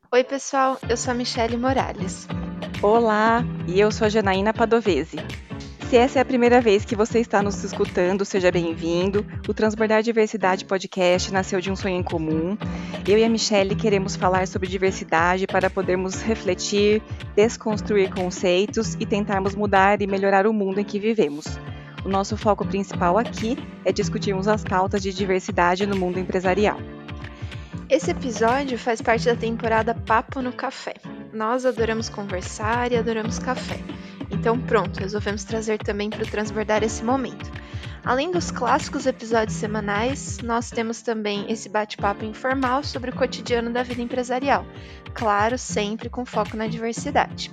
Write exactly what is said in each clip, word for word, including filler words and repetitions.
Oi, pessoal, eu sou a Michele Morales. Olá, e eu sou a Janaína Padovese. Se essa é a primeira vez que você está nos escutando, seja bem-vindo. O Transbordar Diversidade Podcast nasceu de um sonho em comum. Eu e a Michele queremos falar sobre diversidade para podermos refletir, desconstruir conceitos e tentarmos mudar e melhorar o mundo em que vivemos. O nosso foco principal aqui é discutirmos as pautas de diversidade no mundo empresarial. Esse episódio faz parte da temporada Papo no Café. Nós adoramos conversar e adoramos café. Então pronto, resolvemos trazer também para o Transbordar esse momento. Além dos clássicos episódios semanais, nós temos também esse bate-papo informal sobre o cotidiano da vida empresarial. Claro, sempre com foco na diversidade.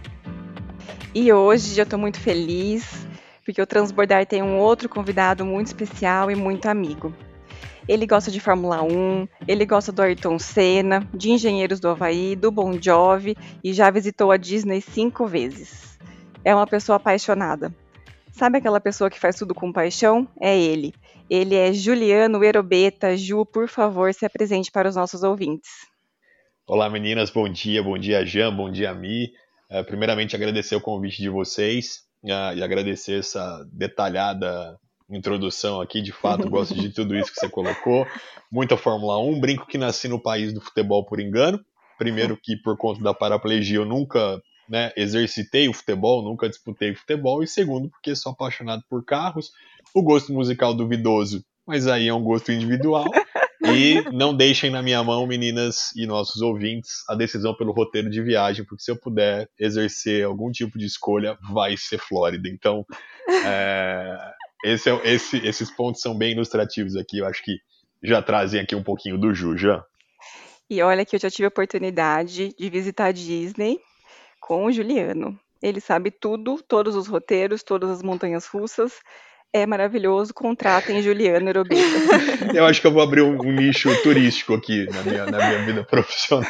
E hoje eu estou muito feliz, porque o Transbordar tem um outro convidado muito especial e muito amigo. Ele gosta de Fórmula um, ele gosta do Ayrton Senna, de Engenheiros do Havaí, do Bon Jovi e já visitou a Disney cinco vezes. É uma pessoa apaixonada. Sabe aquela pessoa que faz tudo com paixão? É ele. Ele é Juliano Erobeta. Ju, por favor, se apresente para os nossos ouvintes. Olá meninas, bom dia, bom dia Jean, bom dia Mi. Uh, primeiramente agradecer o convite de vocês uh, e agradecer essa detalhada introdução aqui, de fato gosto de tudo isso que você colocou. Muita Fórmula um, brinco que nasci no país do futebol por engano. Primeiro que por conta da paraplegia eu nunca né, exercitei o futebol, nunca disputei futebol. E segundo porque sou apaixonado por carros, o gosto musical duvidoso, mas aí é um gosto individual. E não deixem na minha mão, meninas e nossos ouvintes, a decisão pelo roteiro de viagem, porque se eu puder exercer algum tipo de escolha, vai ser Flórida. Então, é, esse é, esse, esses pontos são bem ilustrativos aqui. Eu acho que já trazem aqui um pouquinho do Ju, já. E olha que eu já tive a oportunidade de visitar a Disney com o Juliano. Ele sabe tudo, todos os roteiros, todas as montanhas russas. É maravilhoso, contratem Juliano Erobeta. Eu acho que eu vou abrir um, um nicho turístico aqui na minha, na minha vida profissional.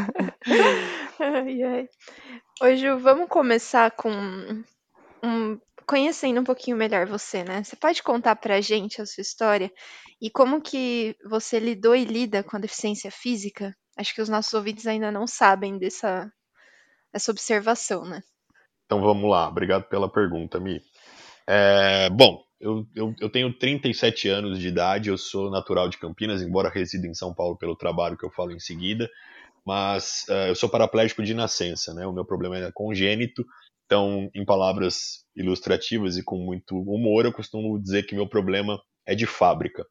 Ai, ai. Hoje vamos começar com um, conhecendo um pouquinho melhor você, né? Você pode contar pra gente a sua história e como que você lidou e lida com a deficiência física? Acho que os nossos ouvintes ainda não sabem dessa, dessa observação, né? Então vamos lá, obrigado pela pergunta, Mi. É, bom, eu, eu, eu tenho trinta e sete anos de idade, eu sou natural de Campinas, embora resida em São Paulo pelo trabalho que eu falo em seguida, mas uh, eu sou paraplégico de nascença, né? O meu problema é congênito, então, em palavras ilustrativas e com muito humor, eu costumo dizer que meu problema é de fábrica.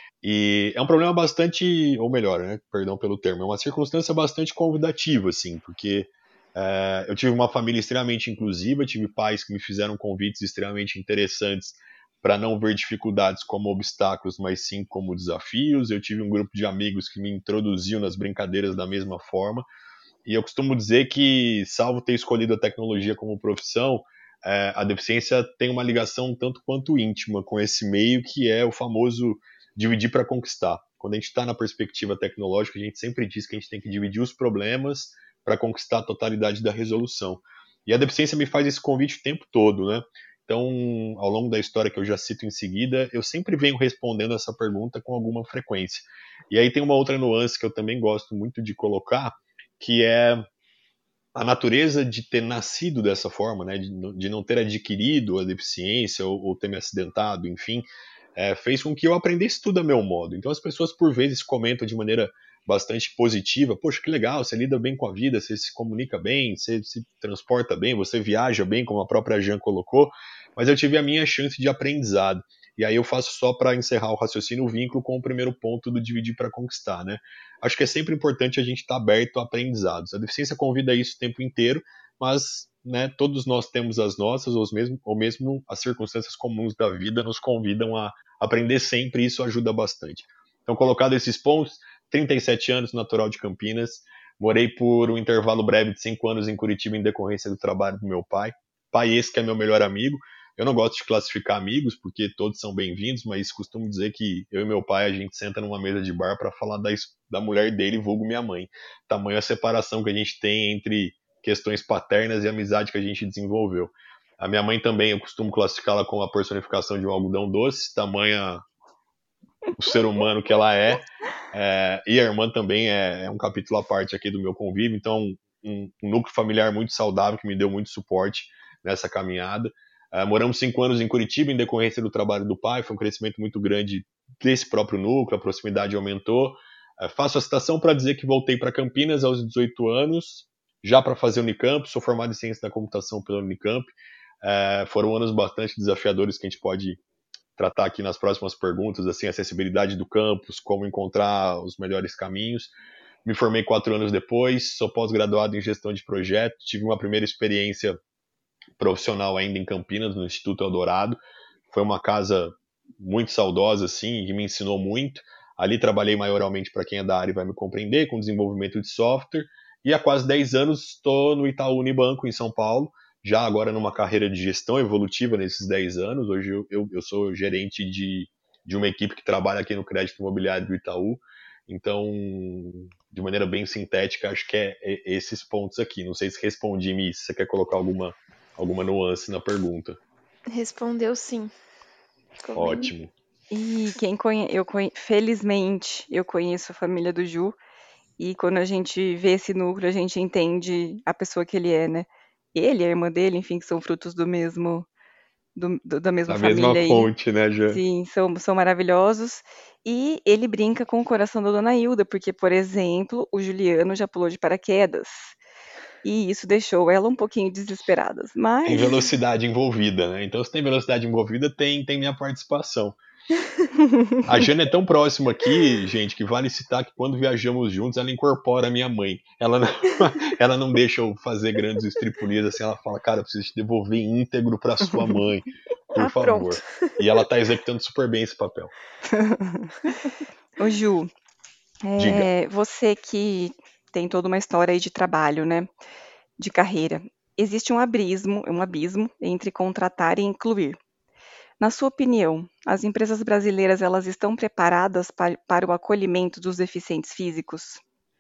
E é um problema bastante, ou melhor, né? Perdão pelo termo, é uma circunstância bastante convidativa, assim, porque Uh, eu tive uma família extremamente inclusiva, tive pais que me fizeram convites extremamente interessantes para não ver dificuldades como obstáculos, mas sim como desafios. Eu tive um grupo de amigos que me introduziam nas brincadeiras da mesma forma. E eu costumo dizer que, salvo ter escolhido a tecnologia como profissão, uh, a deficiência tem uma ligação tanto quanto íntima com esse meio, que é o famoso dividir para conquistar. Quando a gente está na perspectiva tecnológica, a gente sempre diz que a gente tem que dividir os problemas para conquistar a totalidade da resolução. E a deficiência me faz esse convite o tempo todo, né? Então, ao longo da história que eu já cito em seguida, eu sempre venho respondendo essa pergunta com alguma frequência. E aí tem uma outra nuance que eu também gosto muito de colocar, que é a natureza de ter nascido dessa forma, né? De, de não ter adquirido a deficiência ou, ou ter me acidentado, enfim, é, fez com que eu aprendesse tudo a meu modo. Então as pessoas por vezes comentam de maneira bastante positiva, poxa, que legal, você lida bem com a vida, você se comunica bem, você se transporta bem, você viaja bem, como a própria Jan colocou, mas eu tive a minha chance de aprendizado. E aí eu faço só para encerrar o raciocínio o vínculo com o primeiro ponto do dividir para conquistar, né? Acho que é sempre importante a gente estar aberto a aprendizados. A deficiência convida a isso o tempo inteiro, mas né, todos nós temos as nossas, ou mesmo, ou mesmo as circunstâncias comuns da vida nos convidam a aprender sempre, e isso ajuda bastante. Então, colocado esses pontos, trinta e sete anos, natural de Campinas, morei por um intervalo breve de cinco anos em Curitiba em decorrência do trabalho do meu pai. Pai esse que é meu melhor amigo. Eu não gosto de classificar amigos, porque todos são bem-vindos, mas costumo dizer que eu e meu pai, a gente senta numa mesa de bar para falar da, da mulher dele, vulgo minha mãe. Tamanho a separação que a gente tem entre questões paternas e amizade que a gente desenvolveu. A minha mãe também, eu costumo classificá-la como a personificação de um algodão doce, tamanha o ser humano que ela é. É, e a irmã também é, é um capítulo à parte aqui do meu convívio, então um, um núcleo familiar muito saudável que me deu muito suporte nessa caminhada. Uh, moramos cinco anos em Curitiba em decorrência do trabalho do pai, foi um crescimento muito grande desse próprio núcleo, a proximidade aumentou. Uh, faço a citação para dizer que voltei para Campinas aos dezoito anos, já para fazer Unicamp, sou formado em Ciência da Computação pela Unicamp. Uh, foram anos bastante desafiadores que a gente pode tratar aqui nas próximas perguntas, assim, acessibilidade do campus, como encontrar os melhores caminhos. Me formei quatro anos depois, sou pós-graduado em gestão de projetos, tive uma primeira experiência profissional ainda em Campinas, no Instituto Eldorado. Foi uma casa muito saudosa, assim, que me ensinou muito. Ali trabalhei maiormente, para quem é da área vai me compreender, com desenvolvimento de software. E há quase dez anos estou no Itaú Unibanco, em São Paulo, já agora numa carreira de gestão evolutiva nesses dez anos. Hoje eu, eu, eu sou gerente de, de uma equipe que trabalha aqui no crédito imobiliário do Itaú. Então, de maneira bem sintética, acho que é, é esses pontos aqui. Não sei se respondi, Miss, se você quer colocar alguma, alguma nuance na pergunta. Respondeu sim. Ficou Ótimo. E quem conhece, eu conhe... felizmente, eu conheço a família do Ju, e quando a gente vê esse núcleo, a gente entende a pessoa que ele é, né? Ele, a irmã dele, enfim, que são frutos do mesmo, do, do- da mesma Da mesma família aí. fonte, né, Jean? Sim, são, são maravilhosos. E ele brinca com o coração da Dona Hilda, porque, por exemplo, o Juliano já pulou de paraquedas. E isso deixou ela um pouquinho desesperada. Tem Mas velocidade envolvida, né? Então, se tem velocidade envolvida, tem, tem minha participação. A Jana é tão próxima aqui, gente, que vale citar que quando viajamos juntos, ela incorpora a minha mãe. Ela não, ela não deixa eu fazer grandes estripulias, assim, ela fala, cara, eu preciso te devolver íntegro para sua mãe, por Ah, favor. pronto. E ela tá executando super bem esse papel. Ô Ju, Diga. é, você que tem toda uma história aí de trabalho, né? De carreira. Existe um abismo, um abismo entre contratar e incluir. Na sua opinião, as empresas brasileiras elas estão preparadas pa- para o acolhimento dos deficientes físicos?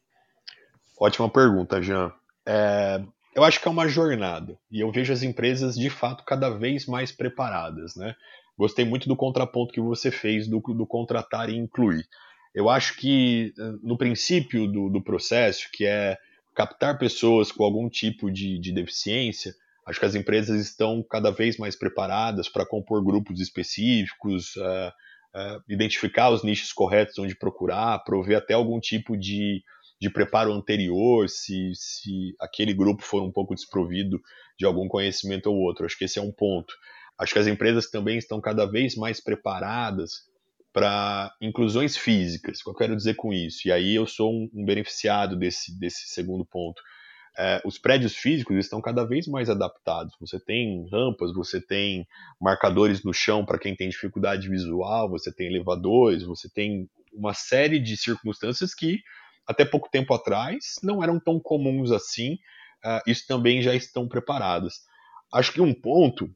Ótima pergunta, Jean. É, eu acho que é uma jornada e eu vejo as empresas de fato cada vez mais preparadas, né? Gostei muito do contraponto que você fez do, do contratar e incluir. Eu acho que eh, no princípio do, do processo, que é captar pessoas com algum tipo de, de deficiência, acho que as empresas estão cada vez mais preparadas para compor grupos específicos, eh, eh, identificar os nichos corretos onde procurar, prover até algum tipo de de preparo anterior, se, se aquele grupo for um pouco desprovido de algum conhecimento ou outro. Acho que esse é um ponto. Acho que as empresas também estão cada vez mais preparadas para inclusões físicas. O que eu quero dizer com isso? E aí eu sou um, um beneficiado desse, desse segundo ponto. É, os prédios físicos estão cada vez mais adaptados. Você tem rampas, você tem marcadores no chão para quem tem dificuldade visual, você tem elevadores, você tem uma série de circunstâncias que até pouco tempo atrás não eram tão comuns assim. Uh, isso também já estão preparadas. Acho que um ponto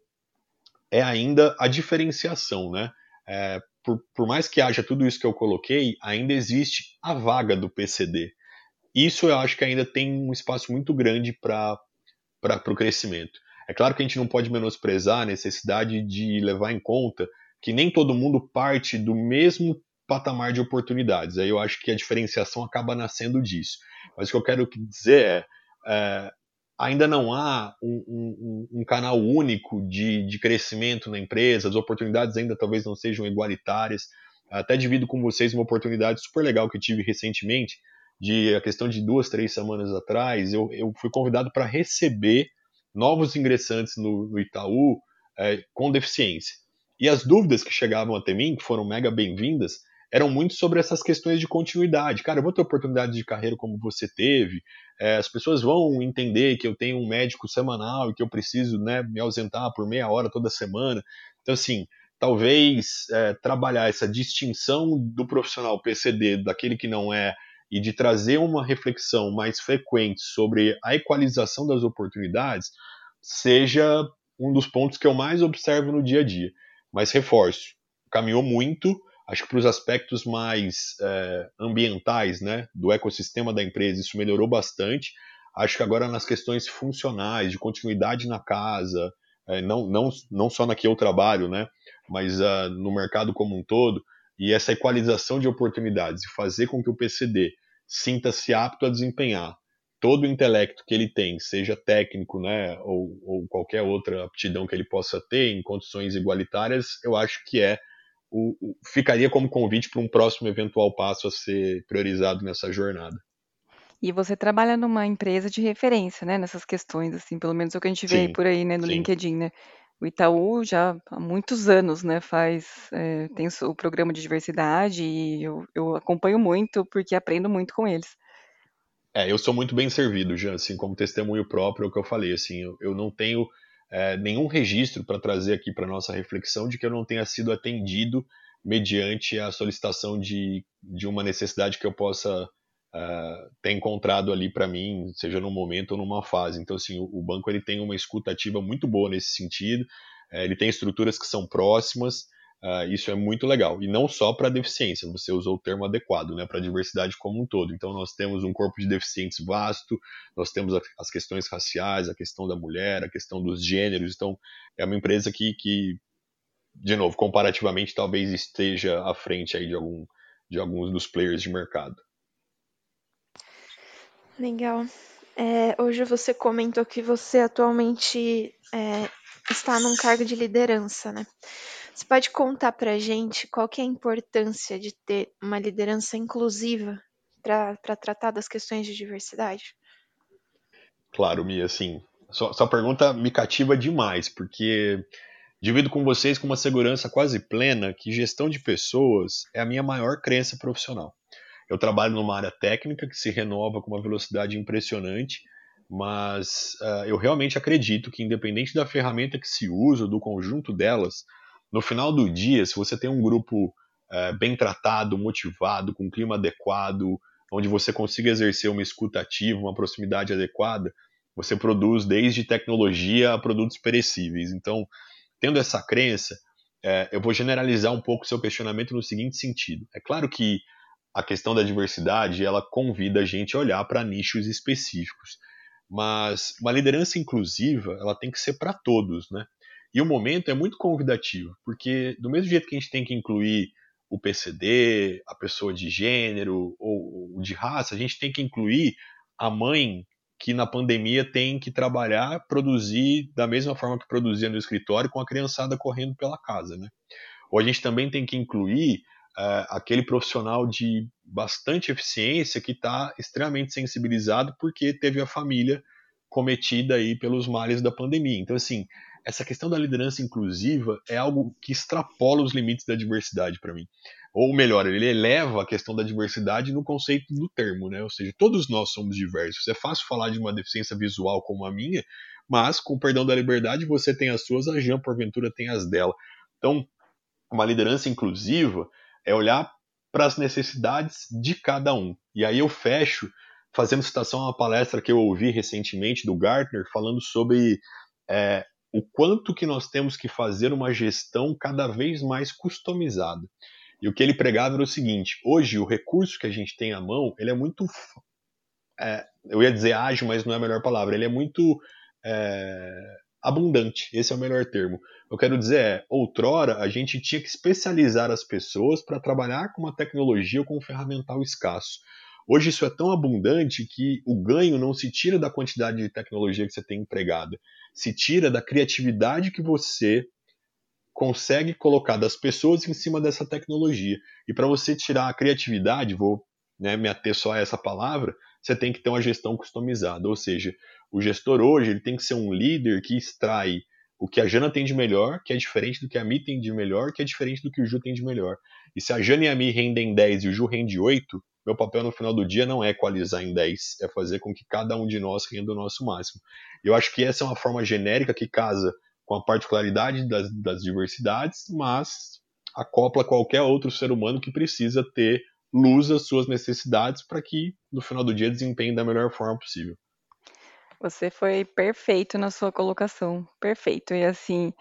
é ainda a diferenciação, né? É, por, por mais que haja tudo isso que eu coloquei, ainda existe a vaga do P C D. Isso eu acho que ainda tem um espaço muito grande para o crescimento. É claro que a gente não pode menosprezar a necessidade de levar em conta que nem todo mundo parte do mesmo patamar de oportunidades. Aí eu acho que a diferenciação acaba nascendo disso. Mas o que eu quero dizer é, é ainda não há um, um, um canal único de, de crescimento na empresa, as oportunidades ainda talvez não sejam igualitárias. Até divido com vocês uma oportunidade super legal que eu tive recentemente, de a questão de duas, três semanas atrás, eu, eu fui convidado para receber novos ingressantes no, no Itaú é, com deficiência. E as dúvidas que chegavam até mim, que foram mega bem-vindas, eram muito sobre essas questões de continuidade. Cara, eu vou ter oportunidade de carreira como você teve, é, as pessoas vão entender que eu tenho um médico semanal e que eu preciso, né, me ausentar por meia hora toda semana. Então, assim, talvez é, trabalhar essa distinção do profissional P C D daquele que não é, e de trazer uma reflexão mais frequente sobre a equalização das oportunidades, seja um dos pontos que eu mais observo no dia a dia. Mas reforço, caminhou muito, acho que para os aspectos mais é, ambientais, né, do ecossistema da empresa, isso melhorou bastante. Acho que agora nas questões funcionais, de continuidade na casa, é, não, não, não só na que eu trabalho, né, mas uh, no mercado como um todo, E essa equalização de oportunidades e fazer com que o P C D sinta-se apto a desempenhar todo o intelecto que ele tem, seja técnico, né, ou, ou qualquer outra aptidão que ele possa ter em condições igualitárias, eu acho que é o, o, ficaria como convite para um próximo eventual passo a ser priorizado nessa jornada. E você trabalha numa empresa de referência, né, nessas questões, assim, pelo menos é o que a gente vê Sim, por aí, né, no sim. LinkedIn, né? O Itaú já há muitos anos, né, faz, é, tem o seu- o programa de diversidade e eu, eu acompanho muito porque aprendo muito com eles. É, eu sou muito bem servido, já, assim, como testemunho próprio, é o que eu falei, assim, eu, eu não tenho é, nenhum registro para trazer aqui para nossa reflexão de que eu não tenha sido atendido mediante a solicitação de, de uma necessidade que eu possa uh, ter encontrado ali para mim, seja num momento ou numa fase. Então, assim, o, o banco ele tem uma escuta ativa muito boa nesse sentido, é, ele tem estruturas que são próximas. Uh, isso é muito legal. E não só para deficiência, você usou o termo adequado, né, para a diversidade como um todo. Então, nós temos um corpo de deficientes vasto, nós temos a, as questões raciais, a questão da mulher, a questão dos gêneros. Então, é uma empresa que, que de novo, comparativamente, talvez esteja à frente aí de, algum, de alguns dos players de mercado. Legal. É, hoje você comentou que você atualmente é, está num cargo de liderança, né? Você pode contar pra gente qual que é a importância de ter uma liderança inclusiva para tratar das questões de diversidade? Claro, Mia, assim, sua, sua pergunta me cativa demais, porque divido com vocês com uma segurança quase plena que gestão de pessoas é a minha maior crença profissional. Eu trabalho numa área técnica que se renova com uma velocidade impressionante, mas uh, eu realmente acredito que, independente da ferramenta que se usa, do conjunto delas, no final do dia, se você tem um grupo uh, bem tratado, motivado, com um clima adequado, onde você consiga exercer uma escuta ativa, uma proximidade adequada, você produz desde tecnologia a produtos perecíveis. Então, tendo essa crença, uh, eu vou generalizar um pouco o seu questionamento no seguinte sentido. É claro que a questão da diversidade ela convida a gente a olhar para nichos específicos, mas uma liderança inclusiva ela tem que ser para todos, né? E o momento é muito convidativo, porque do mesmo jeito que a gente tem que incluir o P C D, a pessoa de gênero ou, ou de raça, a gente tem que incluir a mãe que na pandemia tem que trabalhar, produzir da mesma forma que produzia no escritório, com a criançada correndo pela casa, né? Ou a gente também tem que incluir uh, aquele profissional de bastante eficiência que está extremamente sensibilizado porque teve a família cometida aí pelos males da pandemia. Então, assim, essa questão da liderança inclusiva é algo que extrapola os limites da diversidade para mim. Ou melhor, ele eleva a questão da diversidade no conceito do termo, né? Ou seja, todos nós somos diversos. É fácil falar de uma deficiência visual como a minha, mas, com o perdão da liberdade, você tem as suas, a Jean, porventura, tem as dela. Então, uma liderança inclusiva é olhar para as necessidades de cada um. E aí eu fecho fazendo citação a uma palestra que eu ouvi recentemente do Gartner falando sobre é, o quanto que nós temos que fazer uma gestão cada vez mais customizada. E o que ele pregava era o seguinte: hoje o recurso que a gente tem à mão, ele é muito, é, eu ia dizer ágil, mas não é a melhor palavra. Ele é muito é, abundante, esse é o melhor termo. Eu quero dizer é, outrora a gente tinha que especializar as pessoas para trabalhar com uma tecnologia ou com um ferramental escasso. Hoje isso é tão abundante que o ganho não se tira da quantidade de tecnologia que você tem empregada, se tira da criatividade que você consegue colocar das pessoas em cima dessa tecnologia. E para você tirar a criatividade, vou né, me ater só a essa palavra, você tem que ter uma gestão customizada. Ou seja, o gestor hoje ele tem que ser um líder que extrai o que a Jana tem de melhor, que é diferente do que a Mi tem de melhor, que é diferente do que o Ju tem de melhor. E se a Jana e a Mi rendem dez e o Ju rende oito, meu papel no final do dia não é equalizar em dez, é fazer com que cada um de nós renda o nosso máximo. Eu acho que essa é uma forma genérica que casa com a particularidade das, das diversidades, mas acopla qualquer outro ser humano que precisa ter luz às suas necessidades para que, no final do dia, desempenhe da melhor forma possível. Você foi perfeito na sua colocação, perfeito. E assim,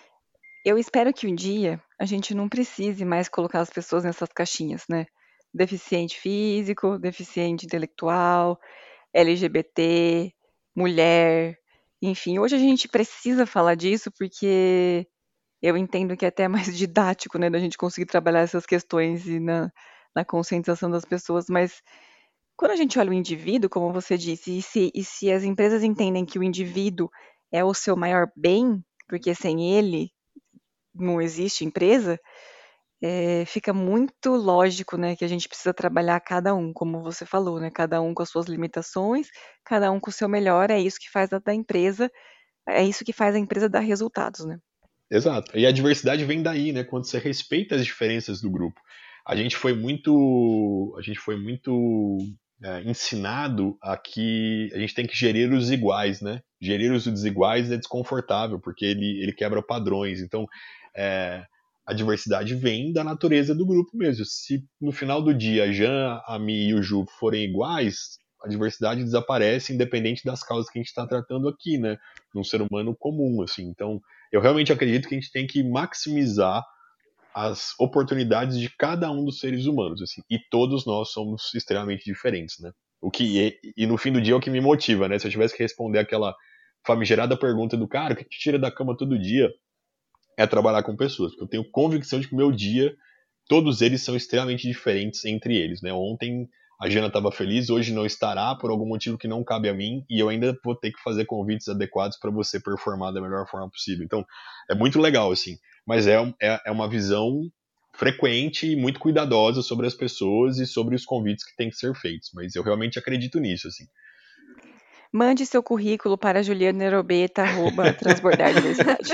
eu espero que um dia a gente não precise mais colocar as pessoas nessas caixinhas, né? Deficiente físico, deficiente intelectual, L G B T, mulher, enfim. Hoje a gente precisa falar disso porque Eu entendo que é até mais didático, né, da gente conseguir trabalhar essas questões e na, na conscientização das pessoas, mas quando a gente olha o indivíduo, como você disse, e se, e se as empresas entendem que o indivíduo é o seu maior bem, porque sem ele não existe empresa, é, fica muito lógico, né, que a gente precisa trabalhar cada um, como você falou, né, cada um com as suas limitações, cada um com o seu melhor, é isso que faz da, da empresa, é isso que faz a empresa dar resultados, né? Exato. E a diversidade vem daí, né? Quando você respeita as diferenças do grupo. A gente foi muito, a gente foi muito é, ensinado a que a gente tem que gerir os iguais, né? Gerir os desiguais é desconfortável porque ele, ele quebra padrões. Então, é, a diversidade vem da natureza do grupo mesmo. Se no final do dia a Jan, a Mi e o Ju forem iguais, a diversidade desaparece, independente das causas que a gente está tratando aqui, né? Num ser humano comum, assim. Então eu realmente acredito que a gente tem que maximizar as oportunidades de cada um dos seres humanos, assim, e todos nós somos extremamente diferentes, né? O que e, e no fim do dia é o que me motiva, né? Se eu tivesse que responder aquela famigerada pergunta do cara, o que te tira da cama todo dia? É trabalhar com pessoas, porque eu tenho convicção de que o meu dia, todos eles são extremamente diferentes entre eles, né? Ontem a Jana estava feliz, hoje não estará por algum motivo que não cabe a mim e eu ainda vou ter que fazer convites adequados para você performar da melhor forma possível. Então, é muito legal, assim, mas é, é, é uma visão frequente e muito cuidadosa sobre as pessoas e sobre os convites que têm que ser feitos, mas eu realmente acredito nisso, assim. Mande seu currículo para julianerobeta arroba transbordar diversidade.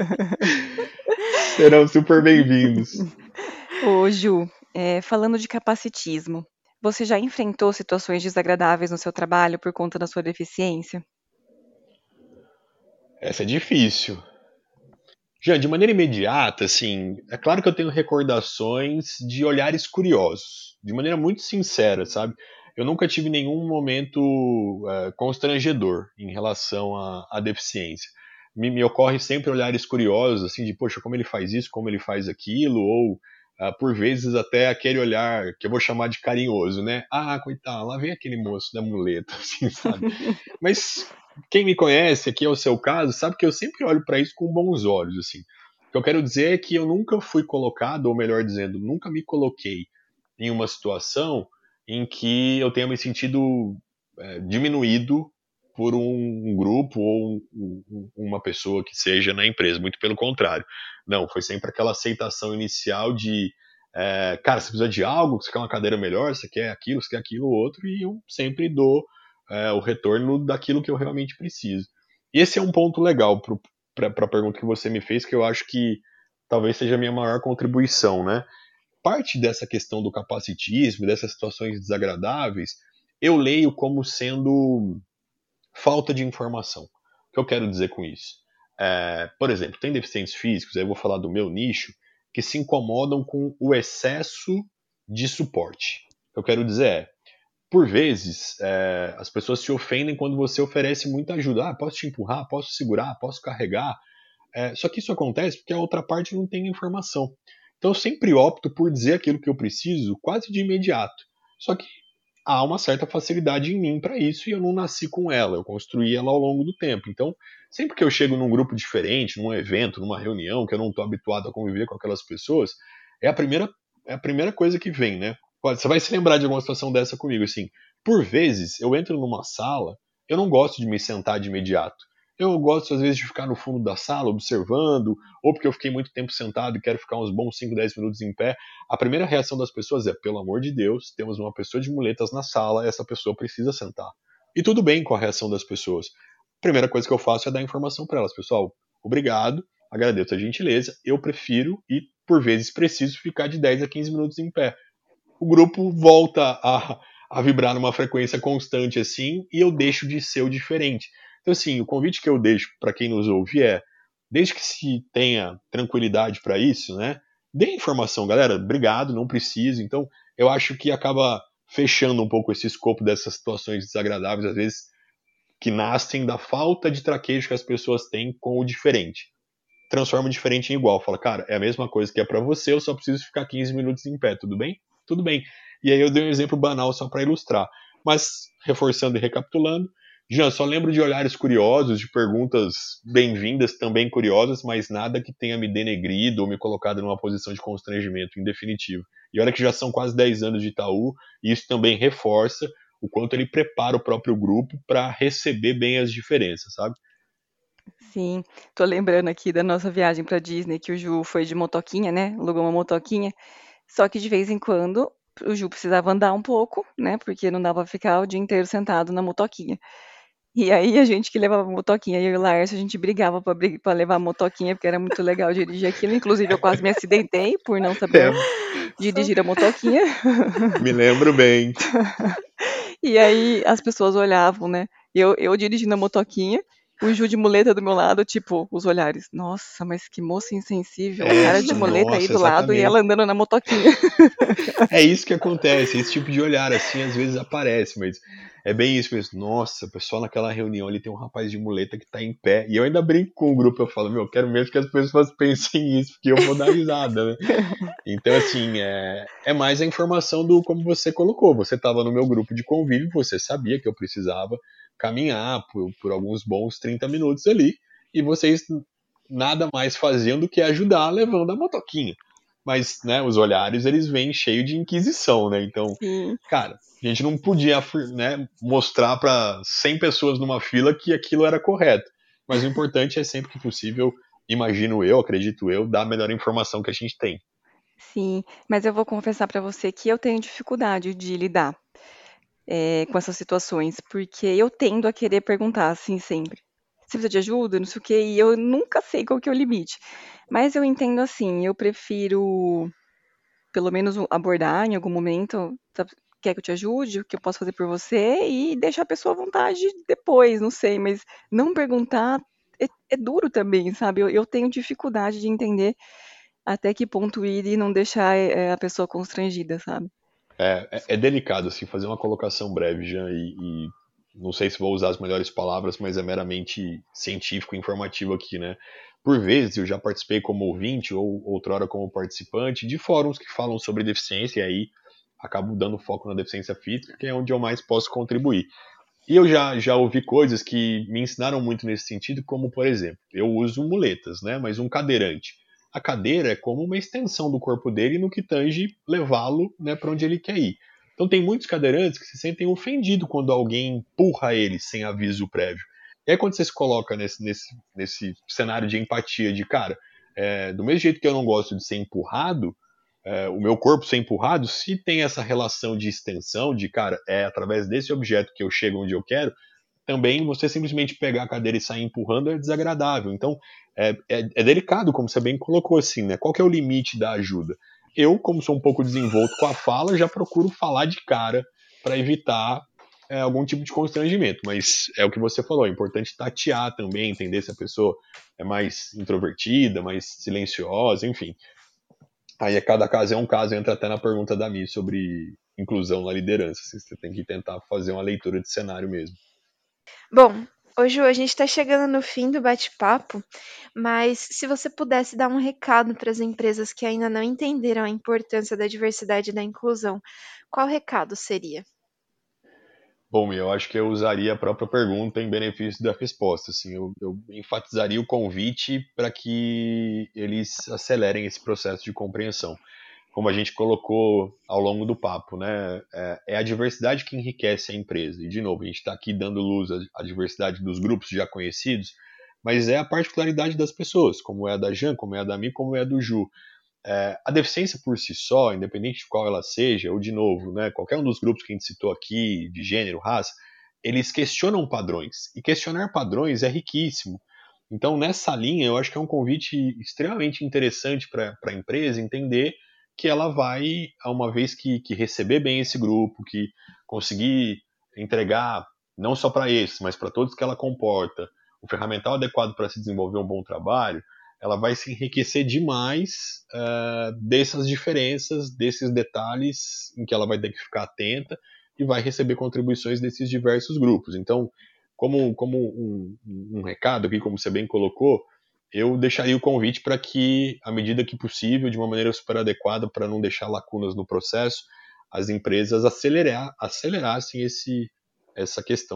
Serão super bem-vindos. Ô, Ju, é, falando de capacitismo, você já enfrentou situações desagradáveis no seu trabalho por conta da sua deficiência? Essa é difícil. Já, de maneira imediata, assim, é claro que eu tenho recordações de olhares curiosos, de maneira muito sincera, sabe? Eu nunca tive nenhum momento é, constrangedor em relação à, à deficiência. Me, me ocorre sempre olhares curiosos, assim, de, poxa, como ele faz isso, como ele faz aquilo, ou, ah, por vezes, até aquele olhar que eu vou chamar de carinhoso, né? Ah, coitado, lá vem aquele moço da muleta, assim, sabe? Mas quem me conhece, aqui é o seu caso, sabe que eu sempre olho para isso com bons olhos, assim. O que eu quero dizer é que eu nunca fui colocado, ou melhor dizendo, nunca me coloquei em uma situação em que eu tenha me sentido é, diminuído por um grupo ou um, um, uma pessoa que seja na empresa. Muito pelo contrário. Não, foi sempre aquela aceitação inicial de é, cara, você precisa de algo, você quer uma cadeira melhor, você quer aquilo, você quer aquilo outro, e eu sempre dou é, o retorno daquilo que eu realmente preciso. E esse é um ponto legal para a pergunta que você me fez, que eu acho que talvez seja a minha maior contribuição, né? Parte dessa questão do capacitismo, dessas situações desagradáveis, eu leio como sendo falta de informação. O que eu quero dizer com isso? É, por exemplo, tem deficientes físicos, aí eu vou falar do meu nicho, que se incomodam com o excesso de suporte. O que eu quero dizer é, por vezes, é, as pessoas se ofendem quando você oferece muita ajuda. Ah, posso te empurrar, posso segurar, posso carregar. É, só que isso acontece porque a outra parte não tem informação. Então eu sempre opto por dizer aquilo que eu preciso quase de imediato. Só que há uma certa facilidade em mim para isso e eu não nasci com ela, eu construí ela ao longo do tempo. Então, sempre que eu chego num grupo diferente, num evento, numa reunião, que eu não estou habituado a conviver com aquelas pessoas, é a primeira, é a primeira coisa que vem, né? Você vai se lembrar de alguma situação dessa comigo, assim. Por vezes, eu entro numa sala, eu não gosto de me sentar de imediato. Eu gosto, às vezes, de ficar no fundo da sala, observando, ou porque eu fiquei muito tempo sentado e quero ficar uns bons cinco, dez minutos em pé. A primeira reação das pessoas é, pelo amor de Deus, temos uma pessoa de muletas na sala, essa pessoa precisa sentar. E tudo bem com a reação das pessoas. A primeira coisa que eu faço é dar informação para elas. Pessoal, obrigado, agradeço a gentileza, eu prefiro e, por vezes, preciso ficar de dez a quinze minutos em pé. O grupo volta a, a vibrar numa frequência constante assim e eu deixo de ser o diferente. Então, assim, o convite que eu deixo para quem nos ouve é, desde que se tenha tranquilidade para isso, né? Dê informação, galera. Obrigado, não preciso. Então, eu acho que acaba fechando um pouco esse escopo dessas situações desagradáveis, às vezes, que nascem da falta de traquejo que as pessoas têm com o diferente. Transforma o diferente em igual. Fala, cara, é a mesma coisa que é para você, eu só preciso ficar quinze minutos em pé, tudo bem? Tudo bem. E aí eu dei um exemplo banal só para ilustrar. Mas, reforçando e recapitulando, Jean, só lembro de olhares curiosos, de perguntas bem-vindas, também curiosas, mas nada que tenha me denegrido ou me colocado numa posição de constrangimento, em definitivo. E olha que já são quase dez anos de Itaú, e isso também reforça o quanto ele prepara o próprio grupo para receber bem as diferenças, sabe? Sim, tô lembrando aqui da nossa viagem pra Disney, que o Ju foi de motoquinha, né? Alugou uma motoquinha. Só que de vez em quando o Ju precisava andar um pouco, né? Porque não dava pra ficar o dia inteiro sentado na motoquinha. E aí a gente que levava a motoquinha, eu e o Laércio, a gente brigava pra, brig- pra levar a motoquinha, porque era muito legal dirigir aquilo. Inclusive, eu quase me acidentei por não É, saber Só- dirigir a motoquinha. me lembro bem. E aí as pessoas olhavam, né? Eu, eu dirigindo a motoquinha, o Ju de muleta do meu lado, tipo, os olhares. Nossa, mas que moça insensível, o É, cara de muleta aí nossa, do lado e exatamente. ela andando na motoquinha. É isso que acontece, esse tipo de olhar assim às vezes aparece, mas é bem isso mesmo. Nossa, o pessoal naquela reunião ali tem um rapaz de muleta que tá em pé. E eu ainda brinco com o grupo, eu falo, meu, eu quero mesmo que as pessoas pensem nisso, porque eu vou dar risada, né? Então, assim, é, é mais a informação do como você colocou. Você estava no meu grupo de convívio, você sabia que eu precisava caminhar por, por alguns bons trinta minutos ali, e vocês nada mais faziam do que ajudar levando a motoquinha. Mas, né, os olhares, eles vêm cheio de inquisição, né? Então, Sim, cara, a gente não podia, né, mostrar para cem pessoas numa fila que aquilo era correto. Mas o importante é sempre que possível, imagino eu, acredito eu, dar a melhor informação que a gente tem. sim. Mas eu vou confessar pra você que eu tenho dificuldade de lidar eh, com essas situações, porque eu tendo a querer perguntar assim sempre. Você precisa de ajuda? Não sei o quê, e eu nunca sei qual que é o limite. Mas eu entendo assim, eu prefiro pelo menos um- abordar em algum momento, sabe, quer que eu te ajude, o que eu posso fazer por você e deixar a pessoa à vontade depois, não sei, mas não perguntar é, é duro também, sabe? Eu, eu tenho dificuldade de entender até que ponto ir e não deixar é, a pessoa constrangida, sabe? É, é, é delicado, assim, fazer uma colocação breve, Jean, e, e não sei se vou usar as melhores palavras, mas é meramente científico e informativo aqui, né? Por vezes eu já participei como ouvinte ou outrora como participante de fóruns que falam sobre deficiência e aí acabo dando foco na deficiência física, que é onde eu mais posso contribuir. E eu já, já ouvi coisas que me ensinaram muito nesse sentido, como, por exemplo, eu uso muletas, né? Mas um cadeirante. A cadeira é como uma extensão do corpo dele no que tange levá-lo, né, para onde ele quer ir. Então tem muitos cadeirantes que se sentem ofendidos quando alguém empurra eles sem aviso prévio. E aí quando você se coloca nesse, nesse, nesse cenário de empatia, de cara, é, do mesmo jeito que eu não gosto de ser empurrado, é, o meu corpo ser empurrado, se tem essa relação de extensão, de cara, é através desse objeto que eu chego onde eu quero, também você simplesmente pegar a cadeira e sair empurrando é desagradável. Então, é, é, é delicado, como você bem colocou assim, né? Qual que é o limite da ajuda? Eu, como sou um pouco desenvolto com a fala, já procuro falar de cara para evitar é, algum tipo de constrangimento. Mas é o que você falou, é importante tatear também, entender se a pessoa é mais introvertida, mais silenciosa, enfim. Aí cada caso é um caso, entra até na pergunta da Mi sobre inclusão na liderança. Assim, você tem que tentar fazer uma leitura de cenário mesmo. Bom, hoje a gente está chegando no fim do bate-papo, mas se você pudesse dar um recado para as empresas que ainda não entenderam a importância da diversidade e da inclusão, qual recado seria? Bom, eu acho que eu usaria a própria pergunta em benefício da resposta. Assim, eu, eu enfatizaria o convite para que eles acelerem esse processo de compreensão. Como a gente colocou ao longo do papo, né? É, é a diversidade que enriquece a empresa. E, de novo, a gente está aqui dando luz à, à diversidade dos grupos já conhecidos, mas é a particularidade das pessoas, como é a da Jan, como é a da Mi, como é a do Ju. É, a deficiência por si só, independente de qual ela seja, ou de novo, né, qualquer um dos grupos que a gente citou aqui, de gênero, raça, eles questionam padrões. E questionar padrões é riquíssimo. Então, nessa linha, eu acho que é um convite extremamente interessante para a empresa entender que ela vai, uma vez que, que receber bem esse grupo, que conseguir entregar, não só para esses, mas para todos que ela comporta, o ferramental adequado para se desenvolver um bom trabalho, ela vai se enriquecer demais uh, dessas diferenças, desses detalhes em que ela vai ter que ficar atenta e vai receber contribuições desses diversos grupos. Então, como, como um, um recado aqui, como você bem colocou, eu deixaria o convite para que, à medida que possível, de uma maneira super adequada, para não deixar lacunas no processo, as empresas acelerar, acelerassem esse, essa questão.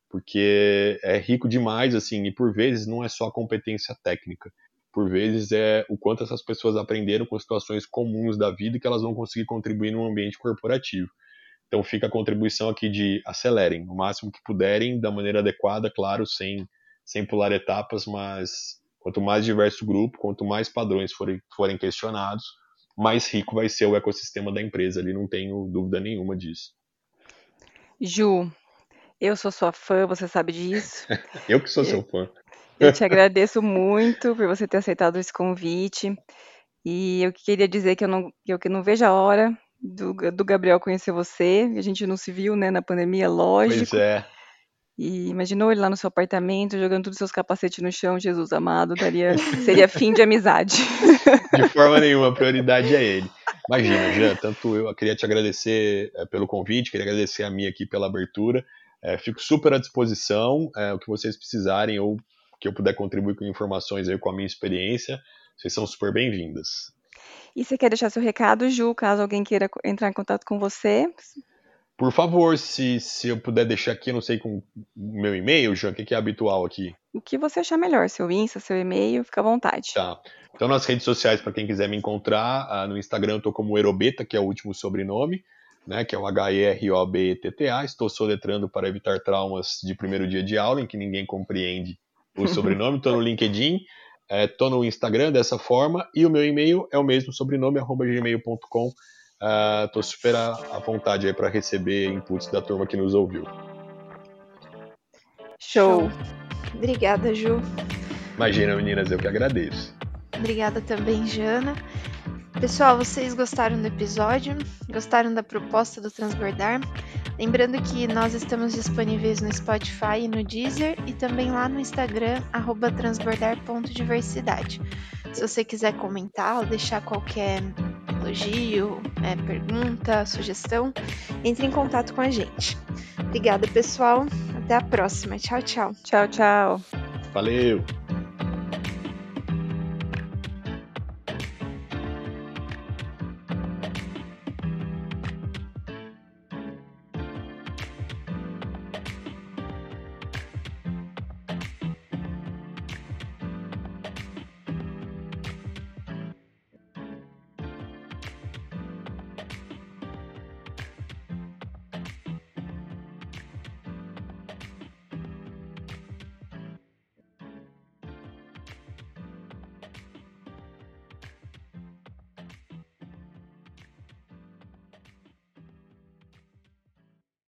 porque é rico demais, assim, e por vezes não é só competência técnica. Por vezes é o quanto essas pessoas aprenderam com situações comuns da vida e que elas vão conseguir contribuir no ambiente corporativo. Então fica a contribuição aqui de acelerem o máximo que puderem, da maneira adequada, claro, sem, sem pular etapas, mas quanto mais diverso o grupo, quanto mais padrões forem, forem questionados, mais rico vai ser o ecossistema da empresa, ali não tenho dúvida nenhuma disso. Ju, eu sou sua fã, você sabe disso. Eu que sou seu fã. Eu te agradeço muito por você ter aceitado esse convite. E eu queria dizer que eu não, que eu que não vejo a hora do, do Gabriel conhecer você. A gente não se viu, né, na pandemia, lógico. Pois é. E imaginou ele lá no seu apartamento, jogando todos os seus capacetes no chão, Jesus amado, daria, seria fim de amizade. De forma nenhuma, a prioridade é ele. Imagina, Jean, tanto eu, eu queria te agradecer é, pelo convite, queria agradecer a minha aqui pela abertura. É, fico super à disposição, é, o que vocês precisarem ou que eu puder contribuir com informações aí com a minha experiência, vocês são super bem-vindas. E você quer deixar seu recado, Ju, caso alguém queira entrar em contato com você? Por favor, se, se eu puder deixar aqui, eu não sei, com o meu e-mail, Jean, o que, que é habitual aqui? O que você achar melhor, seu Insta, seu e-mail, fica à vontade. Tá. Então, nas redes sociais, para quem quiser me encontrar, no Instagram eu tô como Erobeta, que é o último sobrenome, né, que é o H E R O B E T T A. Estou soletrando para evitar traumas de primeiro dia de aula, em que ninguém compreende o sobrenome. Estou no LinkedIn, estou é, no Instagram dessa forma, e o meu e-mail é o mesmo sobrenome, arroba gmail ponto com. Estou uh, super à, à vontade aí para receber inputs da turma que nos ouviu. Show! Obrigada, Ju. Imagina, meninas, eu que agradeço. Obrigada também, Jana. Pessoal, vocês gostaram do episódio? Gostaram da proposta do Transbordar? Lembrando que nós estamos disponíveis no Spotify e no Deezer e também lá no Instagram, arroba transbordar ponto diversidade. Se você quiser comentar ou deixar qualquer elogio, é, pergunta, sugestão, entre em contato com a gente. Obrigada, pessoal. Até a próxima. Tchau, tchau. Tchau, tchau. Valeu!